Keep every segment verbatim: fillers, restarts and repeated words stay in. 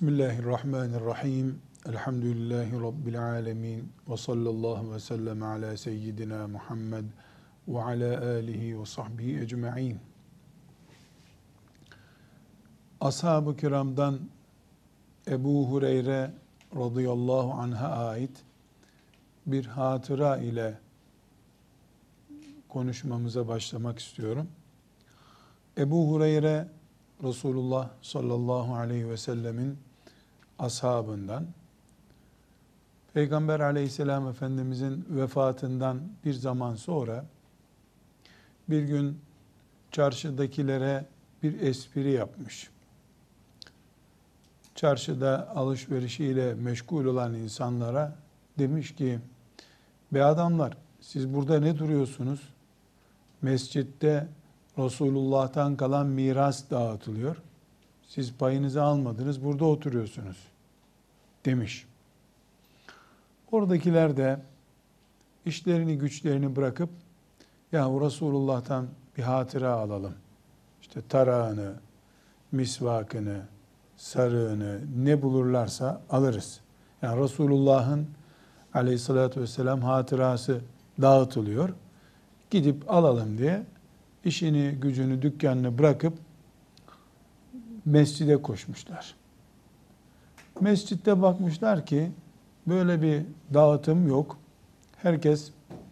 Bismillahirrahmanirrahim. Elhamdülillahi Rabbil alemin. Ve sallallahu ve sellem ala seyyidina Muhammed ve ala alihi ve sahbihi ecma'in. Ashab-ı kiramdan Ebu Hureyre radıyallahu anh'a ait bir hatıra ile konuşmamıza başlamak istiyorum. Ebu Hureyre Resulullah sallallahu aleyhi ve sellemin ashabından, Peygamber aleyhisselam Efendimizin vefatından bir zaman sonra bir gün çarşıdakilere bir espri yapmış. Çarşıda alışverişiyle meşgul olan insanlara demiş ki, be adamlar, siz burada ne duruyorsunuz? Mescitte Resulullah'tan kalan miras dağıtılıyor. Siz payınızı almadınız, burada oturuyorsunuz demiş. Oradakiler de işlerini güçlerini bırakıp, ya Resulullah'tan bir hatıra alalım. İşte tarağını, misvakını, sarığını ne bulurlarsa alırız. Yani Resulullah'ın aleyhissalatü vesselam hatırası dağıtılıyor. Gidip alalım diye işini, gücünü, dükkanını bırakıp mescide koşmuşlar. Mescitte bakmışlar ki böyle bir dağıtım yok. Herkes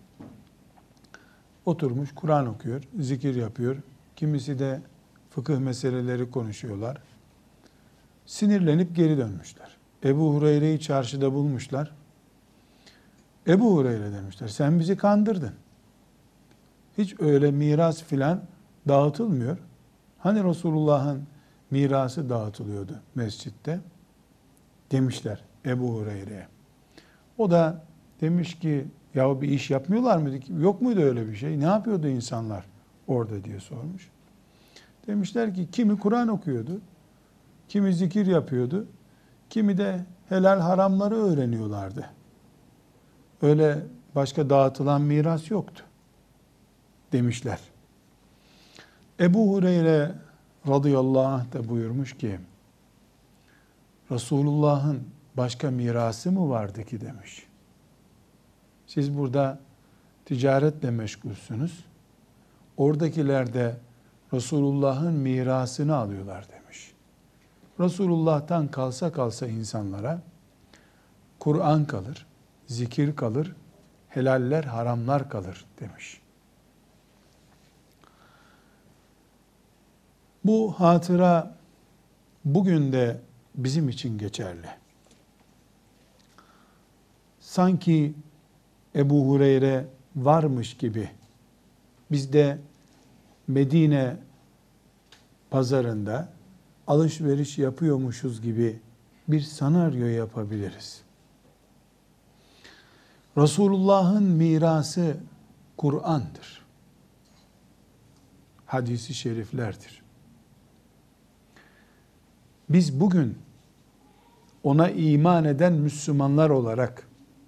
oturmuş Kur'an okuyor, zikir yapıyor. Kimisi de fıkıh meseleleri konuşuyorlar. Sinirlenip geri dönmüşler. Ebu Hureyre'yi çarşıda bulmuşlar. Ebu Hureyre demişler, sen bizi kandırdın. Hiç öyle miras filan dağıtılmıyor. Hani Resulullah'ın mirası dağıtılıyordu mescitte? Demişler Ebu Hureyre'ye. O da demiş ki, ya bir iş yapmıyorlar mıydı? Yok muydu öyle bir şey? Ne yapıyordu insanlar orada diye sormuş. Demişler ki, kimi Kur'an okuyordu, kimi zikir yapıyordu, kimi de helal haramları öğreniyorlardı. Öyle başka dağıtılan miras yoktu demişler. Ebu Hureyre radıyallahu anh da buyurmuş ki, Resulullah'ın başka mirası mı vardı ki demiş. Siz burada ticaretle meşgulsünüz. Oradakiler de Resulullah'ın mirasını alıyorlar demiş. Resulullah'tan kalsa kalsa insanlara Kur'an kalır, zikir kalır, helaller, haramlar kalır demiş. Bu hatıra bugün de bizim için geçerli. Sanki Ebu Hureyre varmış gibi biz de Medine pazarında alışveriş yapıyormuşuz gibi bir senaryo yapabiliriz. Resulullah'ın mirası Kur'an'dır. Hadis-i şeriflerdir. Biz bugün ona iman eden Müslümanlar olarak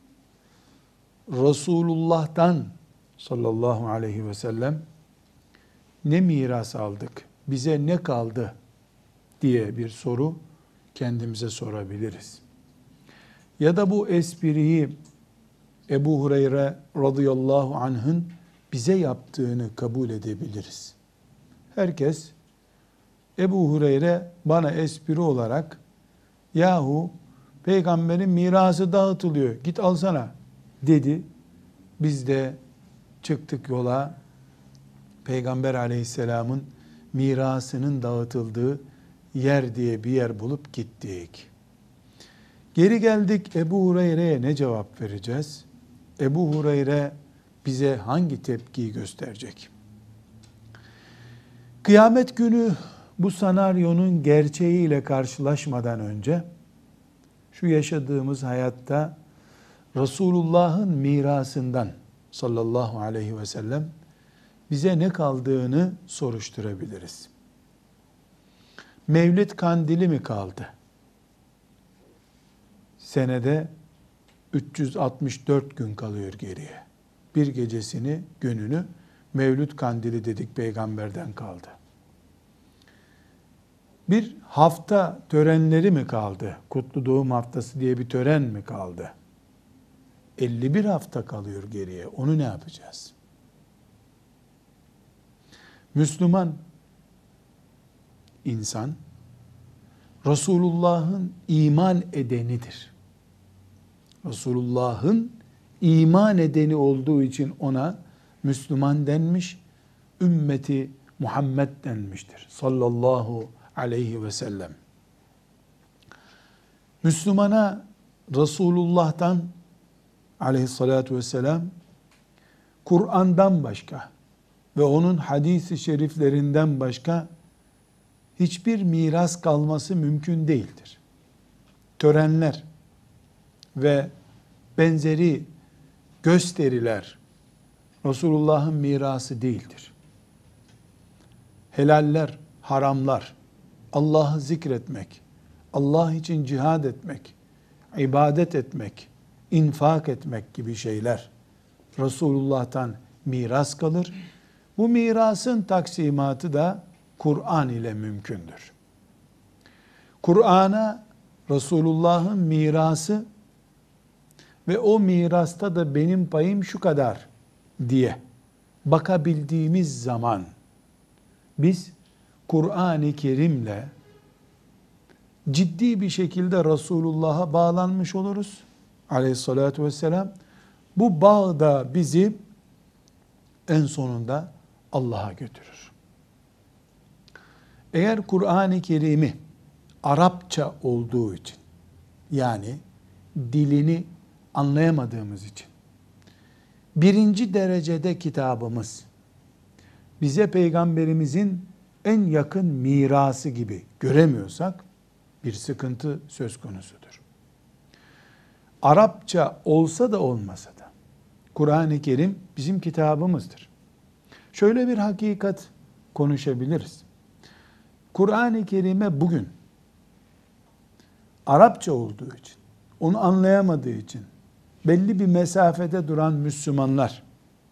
Resulullah'tan sallallahu aleyhi ve sellem ne miras aldık, bize ne kaldı diye bir soru kendimize sorabiliriz. Ya da bu espriyi Ebu Hureyre radıyallahu anh'ın bize yaptığını kabul edebiliriz. Herkes Ebu Hureyre bana espri olarak, yahu peygamberin mirası dağıtılıyor, git alsana dedi. Biz de çıktık yola, Peygamber aleyhisselamın mirasının dağıtıldığı yer diye bir yer bulup gittik. Geri geldik, Ebu Hureyre'ye ne cevap vereceğiz? Ebu Hureyre bize hangi tepkiyi gösterecek? Kıyamet günü bu senaryonun gerçeğiyle karşılaşmadan önce şu yaşadığımız hayatta Resulullah'ın mirasından sallallahu aleyhi ve sellem bize ne kaldığını soruşturabiliriz. Mevlid kandili mi kaldı? Senede üç yüz altmış dört gün kalıyor geriye. Bir gecesini, gününü Mevlid kandili dedik, peygamberden kaldı. Bir hafta törenleri mi kaldı? Kutlu Doğum Haftası diye bir tören mi kaldı? elli bir hafta kalıyor geriye. Onu ne yapacağız? Müslüman insan Resulullah'ın iman edenidir. Resulullah'ın iman edeni olduğu için ona Müslüman denmiş, ümmeti Muhammed denmiştir. Sallallahu aleyhi ve sellem. Müslümana Resulullah'tan aleyhissalatu vesselam Kur'an'dan başka ve onun hadis-i şeriflerinden başka hiçbir miras kalması mümkün değildir. Törenler ve benzeri gösteriler Resulullah'ın mirası değildir. Helaller, haramlar, Allah'ı zikretmek, Allah için cihad etmek, ibadet etmek, infak etmek gibi şeyler Resulullah'tan miras kalır. Bu mirasın taksimatı da Kur'an ile mümkündür. Kur'an'a Resulullah'ın mirası ve o mirasta da benim payım şu kadar diye bakabildiğimiz zaman biz Kur'an-ı Kerim'le ciddi bir şekilde Resulullah'a bağlanmış oluruz aleyhissalatü vesselam. Bu bağ da bizi en sonunda Allah'a götürür. Eğer Kur'an-ı Kerim'i Arapça olduğu için, yani dilini anlayamadığımız için, birinci derecede kitabımız, bize Peygamberimizin en yakın mirası gibi göremiyorsak, bir sıkıntı söz konusudur. Arapça olsa da olmasa da, Kur'an-ı Kerim bizim kitabımızdır. Şöyle bir hakikat konuşabiliriz. Kur'an-ı Kerim'e bugün Arapça olduğu için, onu anlayamadığı için belli bir mesafede duran Müslümanlar,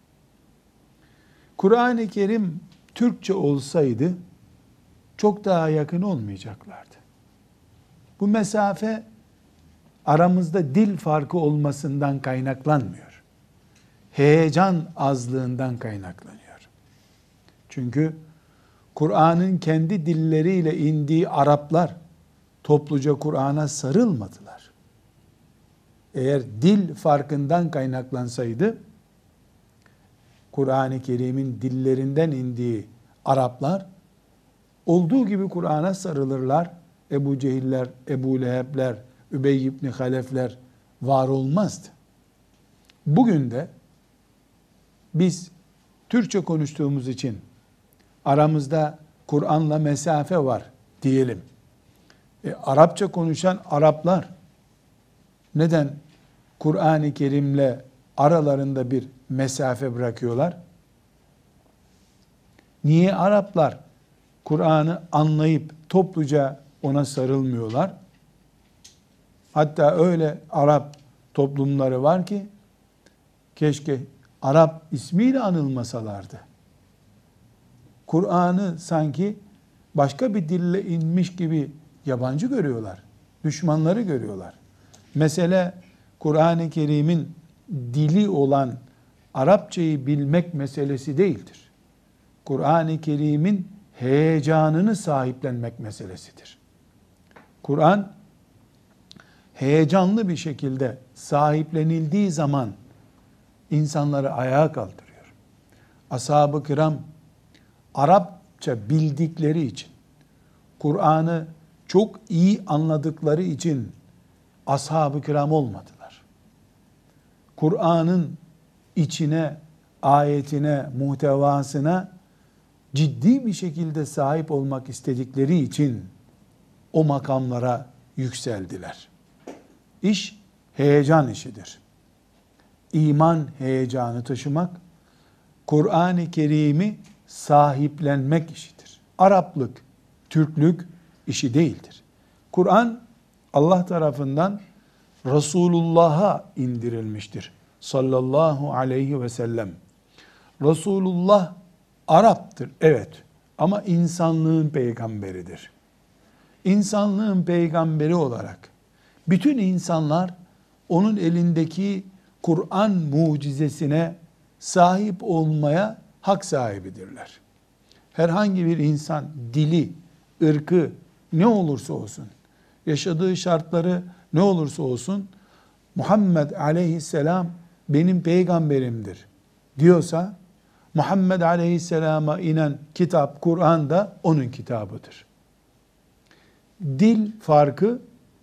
Kur'an-ı Kerim Türkçe olsaydı çok daha yakın olmayacaklardı. Bu mesafe aramızda dil farkı olmasından kaynaklanmıyor. Heyecan azlığından kaynaklanıyor. Çünkü Kur'an'ın kendi dilleriyle indiği Araplar topluca Kur'an'a sarılmadılar. Eğer dil farkından kaynaklansaydı, Kur'an-ı Kerim'in dillerinden indiği Araplar olduğu gibi Kur'an'a sarılırlar. Ebu Cehiller, Ebu Lehebler, Übey ibn Halefler var olmazdı. Bugün de biz Türkçe konuştuğumuz için aramızda Kur'an'la mesafe var diyelim. E, Arapça konuşan Araplar neden Kur'an-ı Kerim'le aralarında bir mesafe bırakıyorlar? Niye Araplar Kur'an'ı anlayıp topluca ona sarılmıyorlar? Hatta öyle Arap toplumları var ki keşke Arap ismiyle anılmasalardı. Kur'an'ı sanki başka bir dille inmiş gibi yabancı görüyorlar. Düşmanları görüyorlar. Mesele Kur'an-ı Kerim'in dili olan Arapçayı bilmek meselesi değildir. Kur'an-ı Kerim'in heyecanını sahiplenmek meselesidir. Kur'an heyecanlı bir şekilde sahiplenildiği zaman insanları ayağa kaldırıyor. Ashab-ı kiram Arapça bildikleri için, Kur'an'ı çok iyi anladıkları için ashab-ı kiram olmadılar. Kur'an'ın içine, ayetine, muhtevasına ciddi bir şekilde sahip olmak istedikleri için o makamlara yükseldiler. İş heyecan işidir. İman heyecanı taşımak, Kur'an-ı Kerim'i sahiplenmek işidir. Araplık, Türklük işi değildir. Kur'an Allah tarafından Resulullah'a indirilmiştir. Sallallahu aleyhi ve sellem. Resulullah Arap'tır, evet, ama insanlığın peygamberidir. insanlığın peygamberi olarak bütün insanlar onun elindeki Kur'an mucizesine sahip olmaya hak sahibidirler. Herhangi bir insan dili, ırkı ne olursa olsun, yaşadığı şartları ne olursa olsun Muhammed aleyhisselam benim peygamberimdir diyorsa Muhammed aleyhisselama inen kitap Kur'an da onun kitabıdır. Dil farkı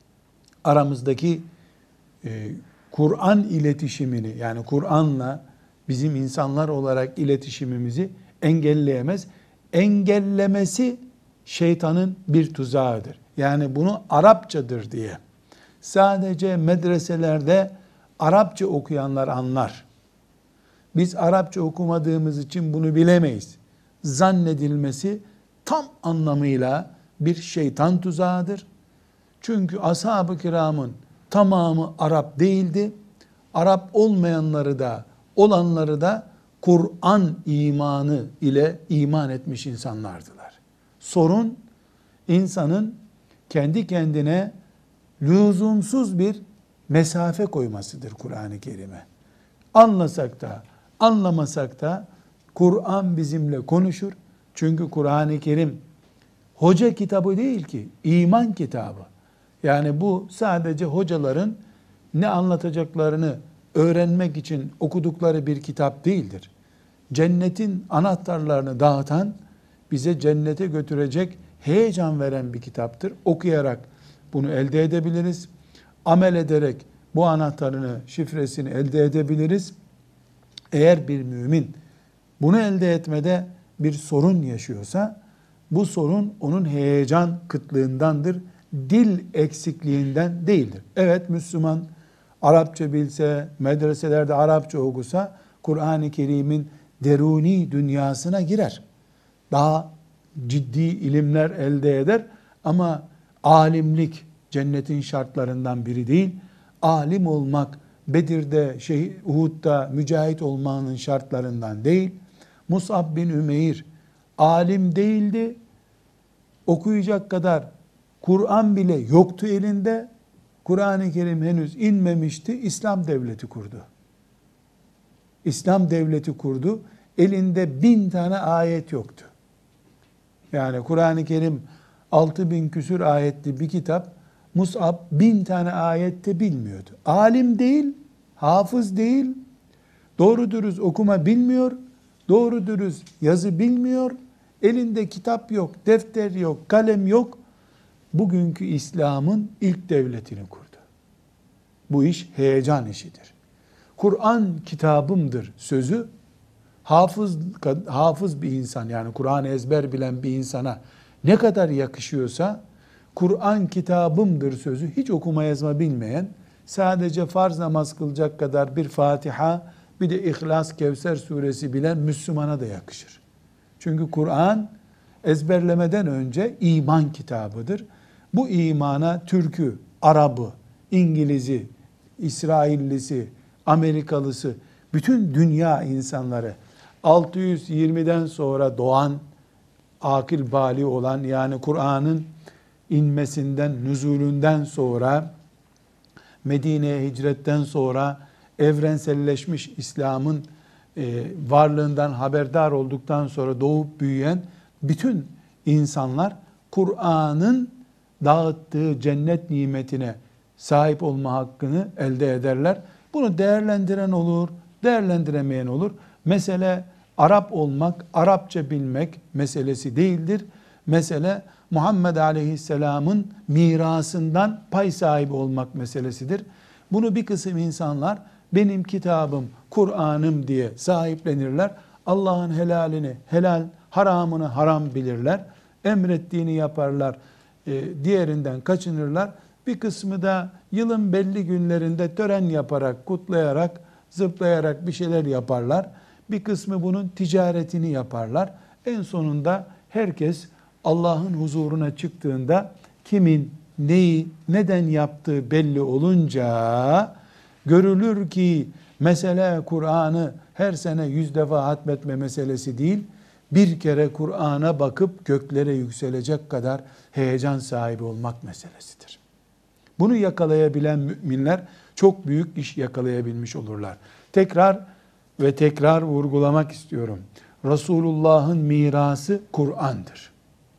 aramızdaki e, Kur'an iletişimini, yani Kur'an'la bizim insanlar olarak iletişimimizi engelleyemez. Engellemesi şeytanın bir tuzağıdır. Yani bunu Arapçadır diye sadece medreselerde Arapça okuyanlar anlar. Biz Arapça okumadığımız için bunu bilemeyiz zannedilmesi tam anlamıyla bir şeytan tuzağıdır. Çünkü ashab-ı kiramın tamamı Arap değildi. Arap olmayanları da olanları da Kur'an imanı ile iman etmiş insanlardılar. Sorun insanın kendi kendine lüzumsuz bir mesafe koymasıdır Kur'an-ı Kerim'e. Anlasak da anlamasak da Kur'an bizimle konuşur. Çünkü Kur'an-ı Kerim hoca kitabı değil ki, iman kitabı. Yani bu sadece hocaların ne anlatacaklarını öğrenmek için okudukları bir kitap değildir. Cennetin anahtarlarını dağıtan, bize cennete götürecek, heyecan veren bir kitaptır. Okuyarak bunu elde edebiliriz. Amel ederek bu anahtarını, şifresini elde edebiliriz. Eğer bir mümin bunu elde etmede bir sorun yaşıyorsa, bu sorun onun heyecan kıtlığındandır. Dil eksikliğinden değildir. Evet, Müslüman Arapça bilse, medreselerde Arapça okusa, Kur'an-ı Kerim'in deruni dünyasına girer. Daha ciddi ilimler elde eder ama alimlik cennetin şartlarından biri değil. Alim olmak, Bedir'de, şey, Uhud'da mücahit olmanın şartlarından değil. Mus'ab bin Ümeyr alim değildi. Okuyacak kadar Kur'an bile yoktu elinde. Kur'an-ı Kerim henüz inmemişti. İslam devleti kurdu. İslam devleti kurdu. Elinde bin tane ayet yoktu. Yani Kur'an-ı Kerim altı bin küsür ayetli bir kitap. Mus'ab bin tane ayette bilmiyordu. Alim değil, hafız değil, doğru dürüst okuma bilmiyor, doğru dürüst yazı bilmiyor, elinde kitap yok, defter yok, kalem yok. Bugünkü İslam'ın ilk devletini kurdu. Bu iş heyecan işidir. Kur'an kitabımdır sözü, hafız, hafız bir insan, yani Kur'an'ı ezber bilen bir insana ne kadar yakışıyorsa, Kur'an kitabımdır sözü hiç okuma yazma bilmeyen, sadece farz namaz kılacak kadar bir Fatiha, bir de İhlas, Kevser suresi bilen Müslümana da yakışır. Çünkü Kur'an ezberlemeden önce iman kitabıdır. Bu imana Türk'ü, Arap'ı, İngiliz'i, İsraillisi, Amerikalısı, bütün dünya insanları, altı yüz yirmiden sonra doğan, akıl bali olan, yani Kur'an'ın inmesinden, nüzulünden sonra, Medine'ye hicretten sonra evrenselleşmiş İslam'ın e, varlığından haberdar olduktan sonra doğup büyüyen bütün insanlar Kur'an'ın dağıttığı cennet nimetine sahip olma hakkını elde ederler. Bunu değerlendiren olur, değerlendiremeyen olur. Mesele Arap olmak, Arapça bilmek meselesi değildir. Mesele Muhammed Aleyhisselam'ın mirasından pay sahibi olmak meselesidir. Bunu bir kısım insanlar benim kitabım, Kur'an'ım diye sahiplenirler. Allah'ın helalini helal, haramını haram bilirler. Emrettiğini yaparlar, diğerinden kaçınırlar. Bir kısmı da yılın belli günlerinde tören yaparak, kutlayarak, zıplayarak bir şeyler yaparlar. Bir kısmı bunun ticaretini yaparlar. En sonunda herkes Allah'ın huzuruna çıktığında kimin neyi, neden yaptığı belli olunca görülür ki mesele Kur'an'ı her sene yüz defa hatmetme meselesi değil, bir kere Kur'an'a bakıp göklere yükselecek kadar heyecan sahibi olmak meselesidir. Bunu yakalayabilen müminler çok büyük iş yakalayabilmiş olurlar. Tekrar ve tekrar vurgulamak istiyorum. Resulullah'ın mirası Kur'an'dır.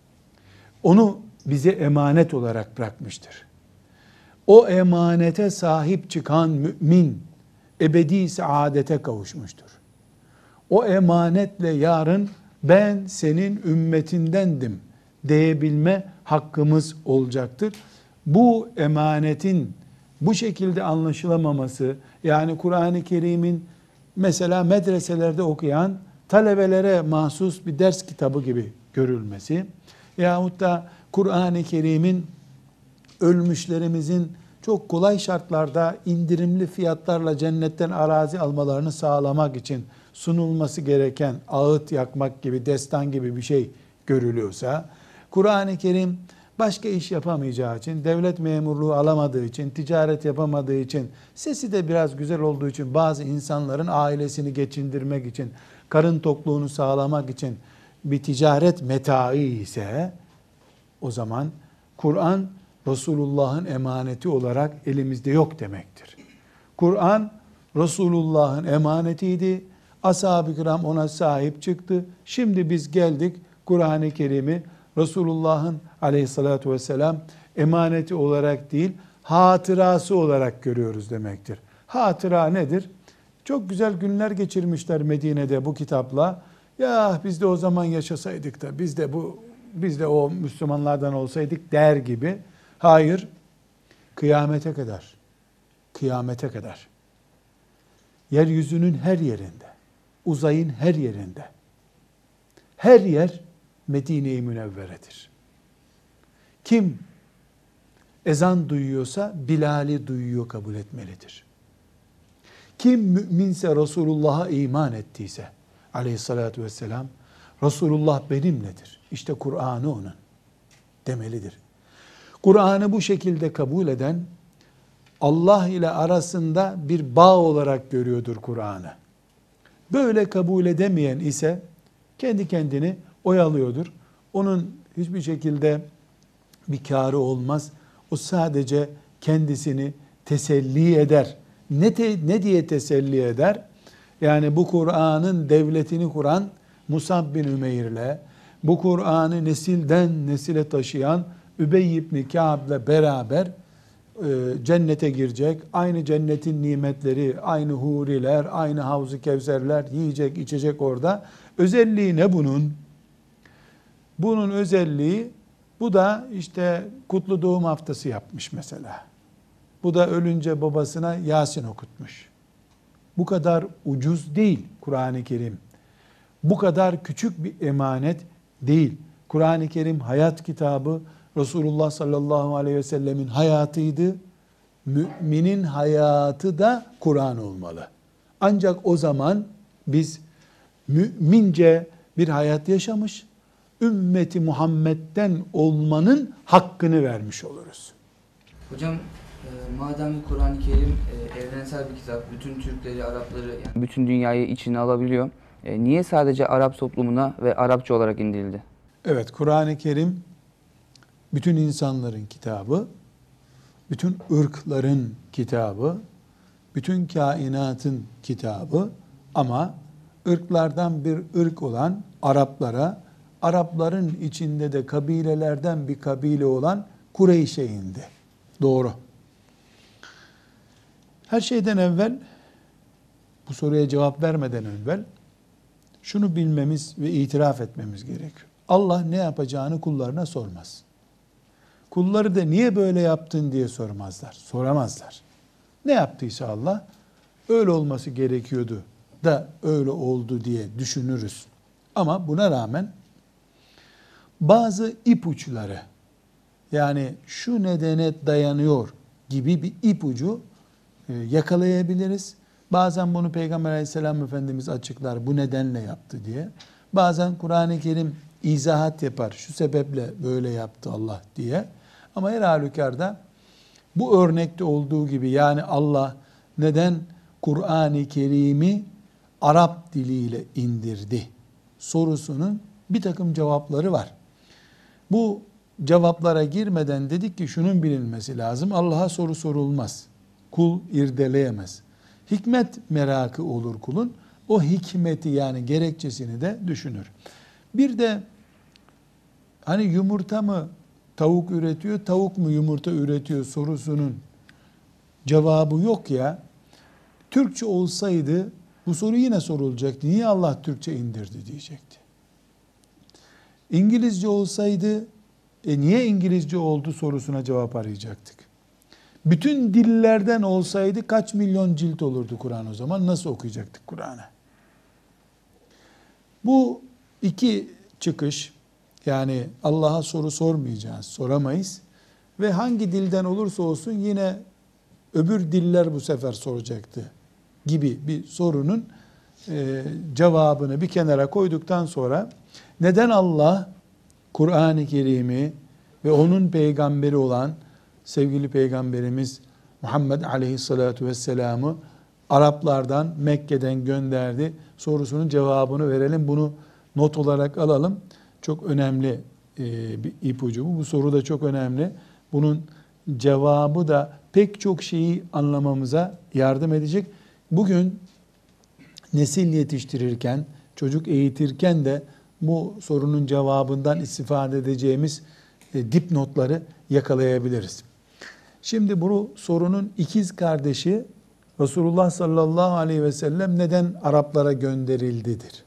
Onu bize emanet olarak bırakmıştır. O emanete sahip çıkan mümin ebedi saadete kavuşmuştur. O emanetle yarın ben senin ümmetindendim diyebilme hakkımız olacaktır. Bu emanetin bu şekilde anlaşılamaması, yani Kur'an-ı Kerim'in mesela medreselerde okuyan talebelere mahsus bir ders kitabı gibi görülmesi yahut da Kur'an-ı Kerim'in ölmüşlerimizin çok kolay şartlarda indirimli fiyatlarla cennetten arazi almalarını sağlamak için sunulması gereken ağıt yakmak gibi, destan gibi bir şey görülüyorsa, Kur'an-ı Kerim başka iş yapamayacağı için, devlet memurluğu alamadığı için, ticaret yapamadığı için, sesi de biraz güzel olduğu için, bazı insanların ailesini geçindirmek için, karın tokluğunu sağlamak için bir ticaret metaı ise, o zaman Kur'an Resulullah'ın emaneti olarak elimizde yok demektir. Kur'an Resulullah'ın emanetiydi. Ashab-ı kiram ona sahip çıktı. Şimdi biz geldik Kur'an-ı Kerim'i Resulullah'ın aleyhissalatü vesselam emaneti olarak değil, hatırası olarak görüyoruz demektir. Hatıra nedir? Çok güzel günler geçirmişler Medine'de bu kitapla. Ya biz de o zaman yaşasaydık da biz de bu biz de o Müslümanlardan olsaydık der gibi. Hayır, kıyamete kadar, kıyamete kadar, yeryüzünün her yerinde, uzayın her yerinde, her yer Medine-i Münevvere'dir. Kim ezan duyuyorsa Bilal'i duyuyor kabul etmelidir. Kim müminse, Resulullah'a iman ettiyse aleyhissalatü vesselam, Resulullah benimledir, İşte Kur'an'ı onun demelidir. Kur'an'ı bu şekilde kabul eden, Allah ile arasında bir bağ olarak görüyordur Kur'an'ı. Böyle kabul edemeyen ise kendi kendini oyalıyordur. Onun hiçbir şekilde bir kârı olmaz. O sadece kendisini teselli eder. Ne, te, ne diye teselli eder? Yani bu Kur'an'ın devletini kuran Musab bin Ümeyr'le, bu Kur'an'ı nesilden nesile taşıyan Übey ibn Kâb'le beraber e, cennete girecek. Aynı cennetin nimetleri, aynı huriler, aynı havz-ı kevserler yiyecek, içecek orada. Özelliği ne bunun? Bunun özelliği, bu da işte kutlu doğum haftası yapmış mesela. Bu da ölünce babasına Yasin okutmuş. Bu kadar ucuz değil Kur'an-ı Kerim. Bu kadar küçük bir emanet değil. Kur'an-ı Kerim hayat kitabı, Resulullah sallallahu aleyhi ve sellemin hayatıydı. Müminin hayatı da Kur'an olmalı. Ancak o zaman biz mümince bir hayat yaşamış, ümmeti Muhammed'den olmanın hakkını vermiş oluruz. Hocam, e, madem bu Kur'an-ı Kerim e, evrensel bir kitap, bütün Türkleri, Arapları, yani bütün dünyayı içine alabiliyor. E, niye sadece Arap toplumuna ve Arapça olarak indirildi? Evet, Kur'an-ı Kerim bütün insanların kitabı, bütün ırkların kitabı, bütün kainatın kitabı, ama ırklardan bir ırk olan Araplara, Arapların içinde de kabilelerden bir kabile olan Kureyş'e indi. Doğru. Her şeyden evvel, bu soruya cevap vermeden evvel şunu bilmemiz ve itiraf etmemiz gerekiyor. Allah ne yapacağını kullarına sormaz. Kulları da niye böyle yaptın diye sormazlar, soramazlar. Ne yaptıysa Allah, öyle olması gerekiyordu da öyle oldu diye düşünürüz. Ama buna rağmen bazı ipuçları, yani şu nedene dayanıyor gibi bir ipucu yakalayabiliriz. Bazen bunu Peygamber aleyhisselam Efendimiz açıklar, bu nedenle yaptı diye. Bazen Kur'an-ı Kerim izahat yapar, şu sebeple böyle yaptı Allah diye. Ama her halükarda bu örnekte olduğu gibi, yani Allah neden Kur'an-ı Kerim'i Arap diliyle indirdi sorusunun bir takım cevapları var. Bu cevaplara girmeden dedik ki şunun bilinmesi lazım. Allah'a soru sorulmaz. Kul irdeleyemez. Hikmet merakı olur kulun. O hikmeti yani gerekçesini de düşünür. Bir de hani yumurta mı tavuk üretiyor, tavuk mu yumurta üretiyor sorusunun cevabı yok ya. Türkçe olsaydı bu soru yine sorulacaktı. Niye Allah Türkçe indirdi diyecekti. İngilizce olsaydı e niye İngilizce oldu sorusuna cevap arayacaktık. Bütün dillerden olsaydı kaç milyon cilt olurdu Kur'an o zaman? Nasıl okuyacaktık Kur'an'ı? Bu iki çıkış, yani Allah'a soru sormayacağız, soramayız ve hangi dilden olursa olsun yine öbür diller bu sefer soracaktı gibi bir sorunun e, cevabını bir kenara koyduktan sonra neden Allah Kur'an-ı Kerim'i ve onun peygamberi olan sevgili peygamberimiz Muhammed Aleyhisselatü Vesselam'ı Araplardan, Mekke'den gönderdi sorusunun cevabını verelim. Bunu not olarak alalım. Çok önemli e, bir ipucu bu. Bu soru da çok önemli. Bunun cevabı da pek çok şeyi anlamamıza yardım edecek. Bugün nesil yetiştirirken, çocuk eğitirken de bu sorunun cevabından istifade edeceğimiz e, dipnotları yakalayabiliriz. Şimdi bu sorunun ikiz kardeşi Resulullah sallallahu aleyhi ve sellem neden Araplara gönderildidir?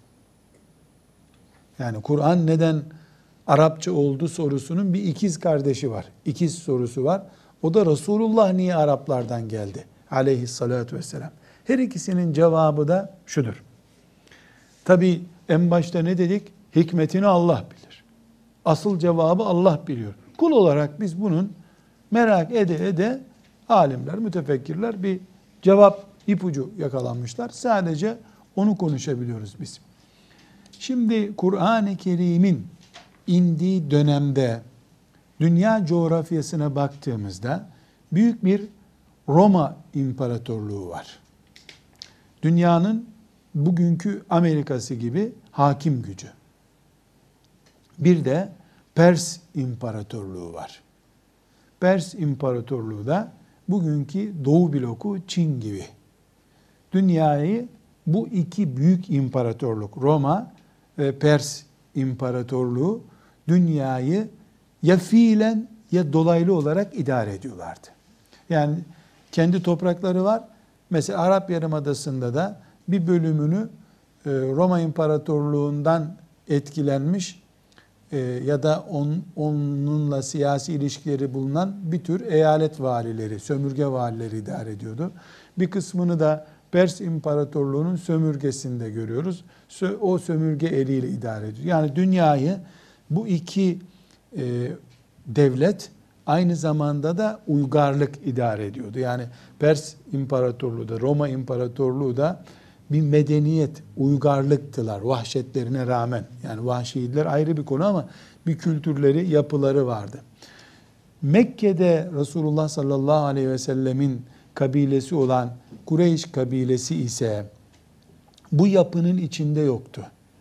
Yani Kur'an neden Arapça oldu sorusunun bir ikiz kardeşi var. İkiz sorusu var. O da Resulullah niye Araplardan geldi? Aleyhissalatü vesselam. Her ikisinin cevabı da şudur. Tabi en başta ne dedik? Hikmetini Allah bilir. Asıl cevabı Allah biliyor. Kul olarak biz bunun merak ede ede alimler, mütefekkirler bir cevap ipucu yakalanmışlar. Sadece onu konuşabiliyoruz biz. Şimdi Kur'an-ı Kerim'in indiği dönemde dünya coğrafyasına baktığımızda büyük bir Roma İmparatorluğu var. Dünyanın bugünkü Amerika'sı gibi hakim gücü. Bir de Pers İmparatorluğu var. Pers İmparatorluğu da bugünkü Doğu bloku Çin gibi. Dünyayı bu iki büyük imparatorluk Roma ve Pers İmparatorluğu dünyayı ya fiilen ya dolaylı olarak idare ediyorlardı. Yani kendi toprakları var. Mesela Arap Yarımadası'nda da bir bölümünü Roma İmparatorluğundan etkilenmiş ya da on, onunla siyasi ilişkileri bulunan bir tür eyalet valileri, sömürge valileri idare ediyordu. Bir kısmını da Pers İmparatorluğu'nun sömürgesinde görüyoruz. O sömürge eliyle idare ediyor. Yani dünyayı bu iki e, devlet aynı zamanda da uygarlık idare ediyordu. Yani Pers İmparatorluğu da Roma İmparatorluğu da bir medeniyet, uygarlıktılar vahşetlerine rağmen. Yani vahşiler ayrı bir konu ama bir kültürleri, yapıları vardı. Mekke'de Resulullah sallallahu aleyhi ve sellemin kabilesi olan Kureyş kabilesi ise bu yapının içinde yoktu.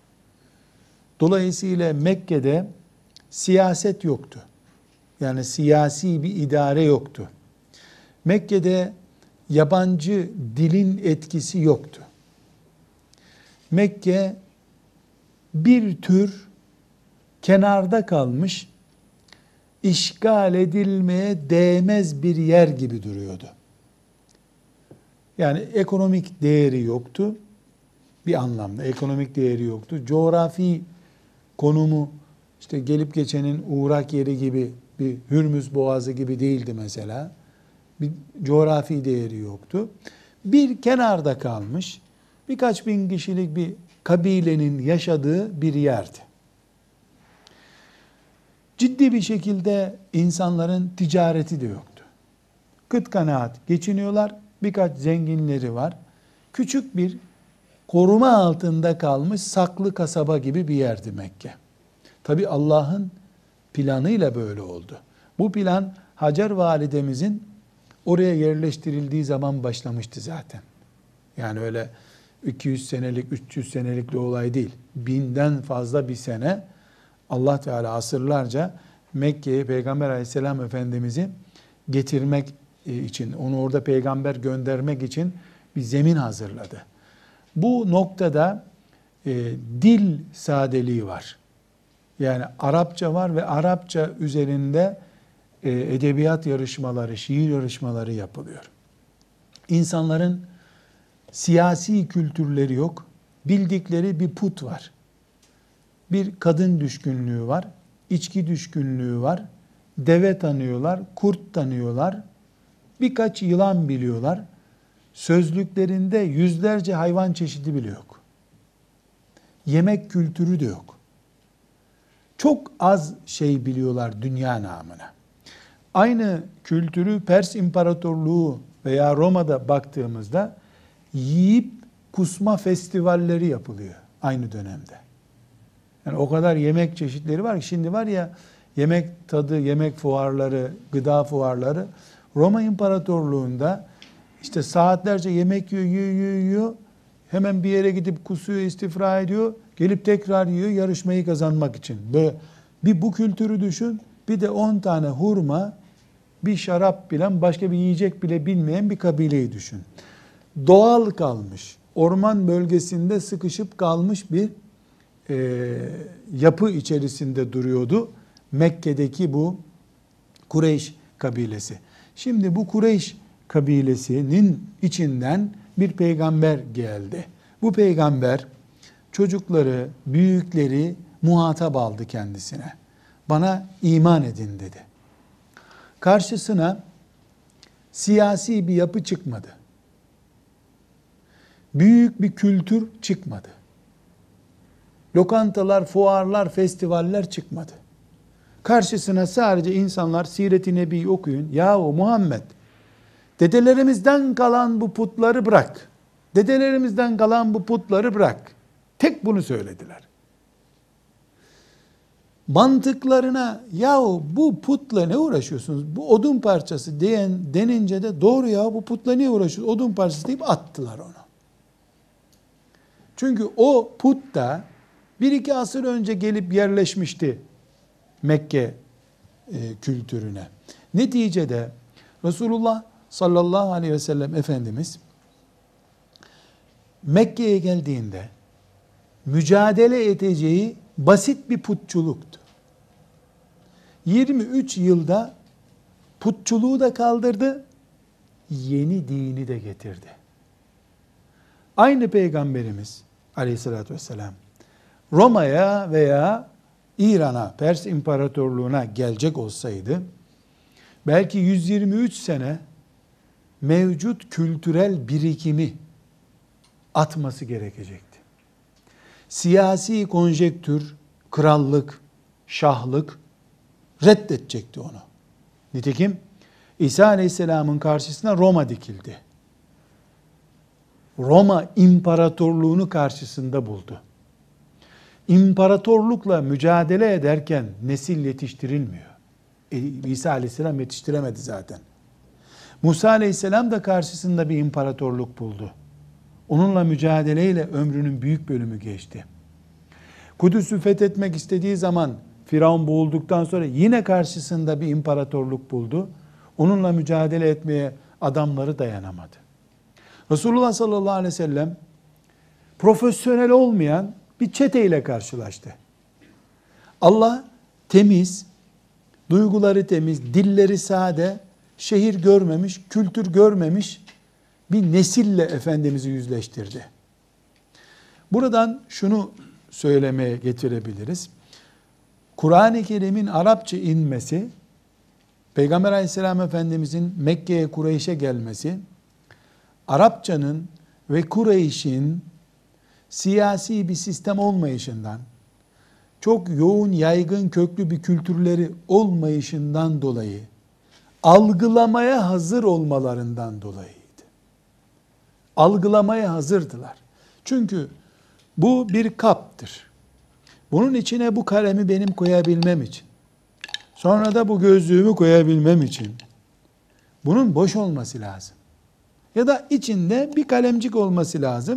Dolayısıyla Mekke'de siyaset yoktu. Yani siyasi bir idare yoktu. Mekke'de yabancı dilin etkisi yoktu. Mekke bir tür kenarda kalmış, işgal edilmeye değmez bir yer gibi duruyordu. Yani ekonomik değeri yoktu. Bir anlamda ekonomik değeri yoktu. Coğrafi konumu işte gelip geçenin uğrak yeri gibi bir Hürmüz Boğazı gibi değildi mesela. Bir coğrafi değeri yoktu. Bir kenarda kalmış, birkaç bin kişilik bir kabilenin yaşadığı bir yerdi. Ciddi bir şekilde insanların ticareti de yoktu. Kıt kanaat geçiniyorlar, birkaç zenginleri var. Küçük bir koruma altında kalmış saklı kasaba gibi bir yerdi Mekke. Tabi Allah'ın planıyla böyle oldu. Bu plan Hacer validemizin oraya yerleştirildiği zaman başlamıştı zaten. Yani öyle iki yüz senelik, üç yüz senelik bir olay değil. Binden fazla bir sene Allah Teala asırlarca Mekke'ye Peygamber Aleyhisselam Efendimiz'i getirmek için, onu orada peygamber göndermek için bir zemin hazırladı. Bu noktada e, dil sadeliği var. Yani Arapça var ve Arapça üzerinde e, edebiyat yarışmaları, şiir yarışmaları yapılıyor. İnsanların siyasi kültürleri yok. Bildikleri bir put var. Bir kadın düşkünlüğü var. İçki düşkünlüğü var. Deve tanıyorlar, kurt tanıyorlar. Birkaç yılan biliyorlar. Sözlüklerinde yüzlerce hayvan çeşidi bile yok. Yemek kültürü de yok. Çok az şey biliyorlar dünya namına. Aynı kültürü Pers İmparatorluğu veya Roma'da baktığımızda yiyip kusma festivalleri yapılıyor aynı dönemde. Yani o kadar yemek çeşitleri var ki şimdi var ya yemek tadı, yemek fuarları, gıda fuarları Roma İmparatorluğu'nda işte saatlerce yemek yiyor, yiyor, yiyor, yiyor. Hemen bir yere gidip kusuyor, istifra ediyor. Gelip tekrar yiyor yarışmayı kazanmak için. Böyle bir bu kültürü düşün. Bir de on tane hurma, bir şarap bilen, başka bir yiyecek bile bilmeyen bir kabileyi düşün. Doğal kalmış, orman bölgesinde sıkışıp kalmış bir e, yapı içerisinde duruyordu. Mekke'deki bu Kureyş kabilesi. Şimdi bu Kureyş kabilesinin içinden bir peygamber geldi. Bu peygamber çocukları, büyükleri muhatap aldı kendisine. Bana iman edin dedi. Karşısına siyasi bir yapı çıkmadı. Büyük bir kültür çıkmadı. Lokantalar, fuarlar, festivaller çıkmadı. Karşısına sadece insanlar Siret-i Nebi'yi okuyun. Yahu Muhammed, dedelerimizden kalan bu putları bırak. Dedelerimizden kalan bu putları bırak. Tek bunu söylediler. Mantıklarına yahu bu putla ne uğraşıyorsunuz? Bu odun parçası diyen denince de doğru ya bu putla niye uğraşıyorsunuz? Odun parçası deyip attılar onu. Çünkü o put da bir iki asır önce gelip yerleşmişti Mekke e, kültürüne. Neticede Resulullah sallallahu aleyhi ve sellem Efendimiz Mekke'ye geldiğinde mücadele edeceği basit bir putçuluktu. yirmi üç yılda putçuluğu da kaldırdı, yeni dini de getirdi. Aynı Peygamberimiz aleyhissalatü vesselam Roma'ya veya İran'a, Pers İmparatorluğu'na gelecek olsaydı, belki yüz yirmi üç sene mevcut kültürel birikimi atması gerekecekti. Siyasi konjektür, krallık, şahlık reddedecekti onu. Nitekim İsa Aleyhisselam'ın karşısına Roma dikildi. Roma İmparatorluğunu karşısında buldu. İmparatorlukla mücadele ederken nesil yetiştirilmiyor. E, İsa Aleyhisselam yetiştiremedi zaten. Musa Aleyhisselam da karşısında bir imparatorluk buldu. Onunla mücadeleyle ömrünün büyük bölümü geçti. Kudüs'ü fethetmek istediği zaman Firavun boğulduktan sonra yine karşısında bir imparatorluk buldu. Onunla mücadele etmeye adamları dayanamadı. Resulullah sallallahu aleyhi ve sellem profesyonel olmayan bir çeteyle karşılaştı. Allah temiz, duyguları temiz, dilleri sade, şehir görmemiş, kültür görmemiş bir nesille Efendimiz'i yüzleştirdi. Buradan şunu söylemeye getirebiliriz. Kur'an-ı Kerim'in Arapça inmesi, Peygamber Aleyhisselam Efendimiz'in Mekke'ye, Kureyş'e gelmesi, Arapçanın ve Kureyş'in siyasi bir sistem olmayışından, çok yoğun, yaygın, köklü bir kültürleri olmayışından dolayı, algılamaya hazır olmalarından dolayıydı. Algılamaya hazırdılar. Çünkü bu bir kaptır. Bunun içine bu kalemi benim koyabilmem için, sonra da bu gözlüğümü koyabilmem için, bunun boş olması lazım. Ya da içinde bir kalemcik olması lazım.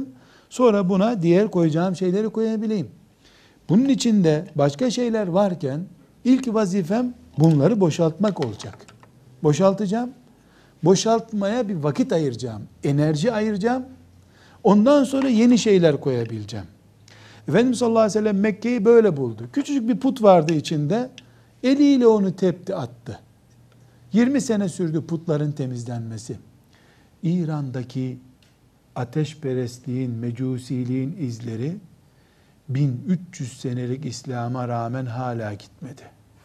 Sonra buna diğer koyacağım şeyleri koyabileyim. Bunun içinde başka şeyler varken ilk vazifem bunları boşaltmak olacak. Boşaltacağım. Boşaltmaya bir vakit ayıracağım. Enerji ayıracağım. Ondan sonra yeni şeyler koyabileceğim. Efendimiz sallallahu aleyhi ve sellem Mekke'yi böyle buldu. Küçücük bir put vardı içinde. Eliyle onu tepti, attı. yirmi sene sürdü putların temizlenmesi. İran'daki ateşperestliğin, mecusiliğin izleri bin üç yüz senelik İslam'a rağmen hala gitmedi.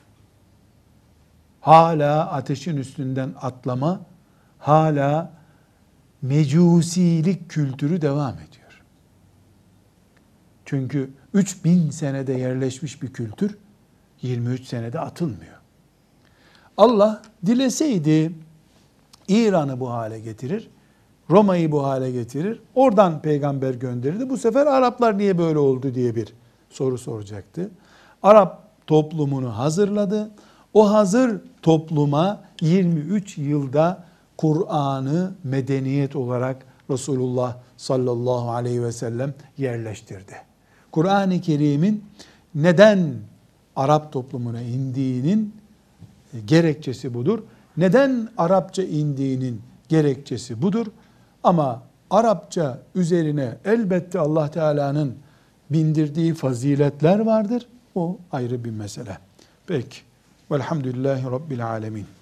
Hala ateşin üstünden atlama, hala mecusilik kültürü devam ediyor. Çünkü üç bin senede yerleşmiş bir kültür yirmi üç senede atılmıyor. Allah dileseydi İran'ı bu hale getirir, Roma'yı bu hale getirir, oradan peygamber gönderirdi. Bu sefer Araplar niye böyle oldu diye bir soru soracaktı. Arap toplumunu hazırladı. O hazır topluma yirmi üç yılda Kur'an'ı medeniyet olarak Resulullah sallallahu aleyhi ve sellem yerleştirdi. Kur'an-ı Kerim'in neden Arap toplumuna indiğinin gerekçesi budur. Neden Arapça indiğinin gerekçesi budur. Ama Arapça üzerine elbette Allah Teala'nın bindirdiği faziletler vardır. O ayrı bir mesele. Peki. Velhamdülillahi Rabbil alemin.